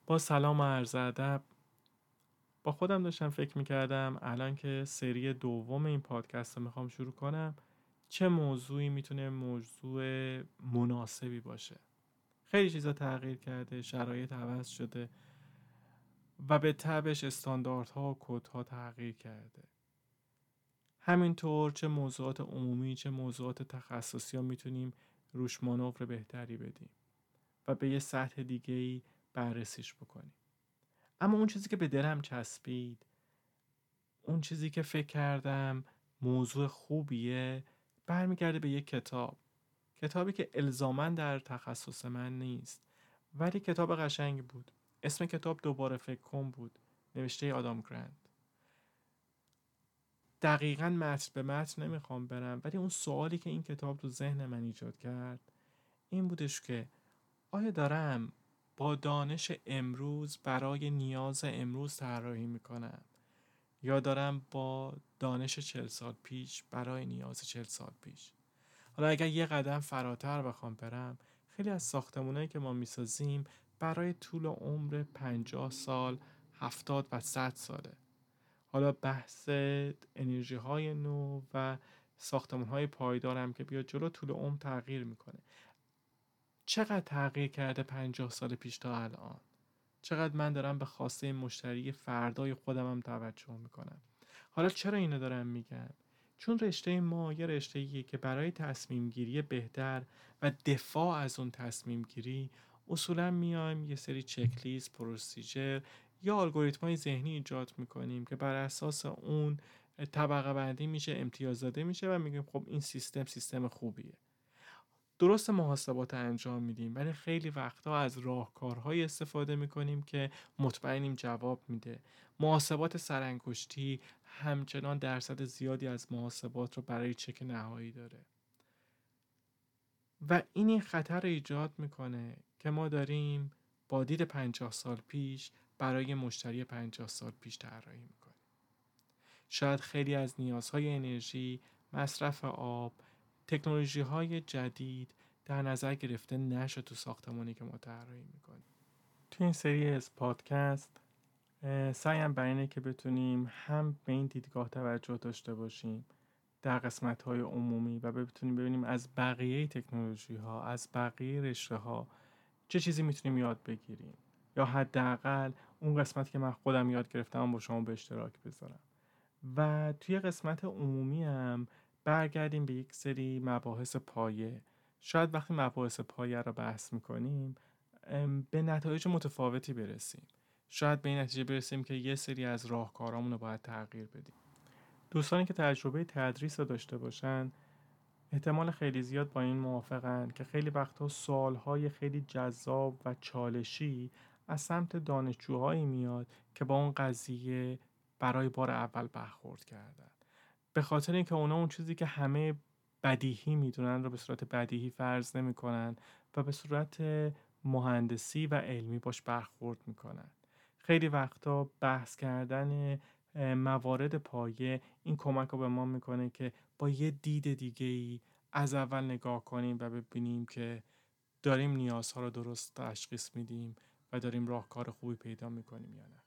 با سلام و عرض ادب. با خودم داشتم فکر میکردم الان که سری دوم این پادکست رو میخوام شروع کنم چه موضوعی میتونه موضوع مناسبی باشه. خیلی چیزا تغییر کرده، شرایط عوض شده و به تبعش استانداردها و کدها تغییر کرده. همینطور چه موضوعات عمومی چه موضوعات تخصصی ها میتونیم روش مانور بهتری بدیم و به یه سطح دیگه‌ای بررسیش بکنیم. اما اون چیزی که به دلم چسبید، اون چیزی که فکر کردم موضوع خوبیه، برمیگرده به یک کتابی که الزاماً در تخصص من نیست ولی کتاب قشنگی بود. اسم کتاب دوباره فکر کن بود، نوشته آدام گرانت. دقیقاً متن به متن نمیخوام برم، ولی اون سوالی که این کتاب تو ذهن من ایجاد کرد این بودش که آیا دارم با دانش امروز برای نیاز امروز طراحی میکنم یا دارم با دانش 40 سال پیش برای نیاز 40 سال پیش. حالا اگر یه قدم فراتر بخوام برم، خیلی از ساختمونایی که ما میسازیم برای طول عمر 50 سال، 70 و 100 ساله. حالا بحث انرژی های نو و ساختمون های پایدارم که بیاد جلو طول عمر تغییر میکنه. چقدر تغییر کرده 50 سال پیش تا الان؟ چقدر من دارم به خواسته مشتری فردای خودم هم توجه میکنم. حالا چرا اینو دارم میگم؟ چون رشته ما یه رشته‌ایه که برای تصمیم گیری بهتر و دفاع از اون تصمیم گیری اصولا میایم یه سری چکلیست، پروسیجر یا الگوریتم‌های ذهنی ایجاد میکنیم که بر اساس اون طبقه بندی میشه، امتیاز داده میشه و میگیم خب این سیستم خوبیه. درست محاسبات انجام میدیم ولی خیلی وقتا از راهکارهای استفاده میکنیم که مطمئنیم جواب میده. محاسبات سرانگشتی همچنان درصد زیادی از محاسبات رو برای چک نهایی داره و این خطر رو ایجاد میکنه که ما داریم با دید 50 سال پیش برای مشتری 50 سال پیش طراحی میکنیم. شاید خیلی از نیازهای انرژی، مصرف آب، تکنولوژی های جدید در نظر گرفته نشه تو ساختمانی که ما طراحی میکنیم. تو این سری از پادکست سعیم بر اینه که بتونیم هم به این دیدگاه توجه داشته باشیم در قسمت های عمومی و بتونیم ببینیم از بقیه تکنولوژی ها، از بقیه رشته ها چه چیزی میتونیم یاد بگیریم یا حداقل اون قسمت که من خودم یاد گرفتم با شما به اشتراک بذارم. و توی قسمت عمومی هم برگردیم به یک سری مباحث پایه. شاید وقتی مباحث پایه رو بحث میکنیم به نتایج متفاوتی برسیم. شاید به این نتیجه برسیم که یه سری از راهکارامون رو باید تغییر بدیم. دوستانی که تجربه تدریس رو داشته باشن احتمال خیلی زیاد با این موافقن که خیلی وقتا سوالهای خیلی جذاب و چالشی از سمت دانشجوهایی میاد که با اون قضیه برای بار اول برخورد کردن. به خاطر اینکه اونا اون چیزی که همه بدیهی میدونن رو به صورت بدیهی فرض نمیکنن و به صورت مهندسی و علمی باش برخورد میکنن. خیلی وقتا بحث کردن موارد پایه این کمک رو به ما میکنه که با یه دید دیگه‌ای از اول نگاه کنیم و ببینیم که داریم نیازها رو درست تشخیص میدیم و داریم راهکار خوبی پیدا میکنیم یا نه.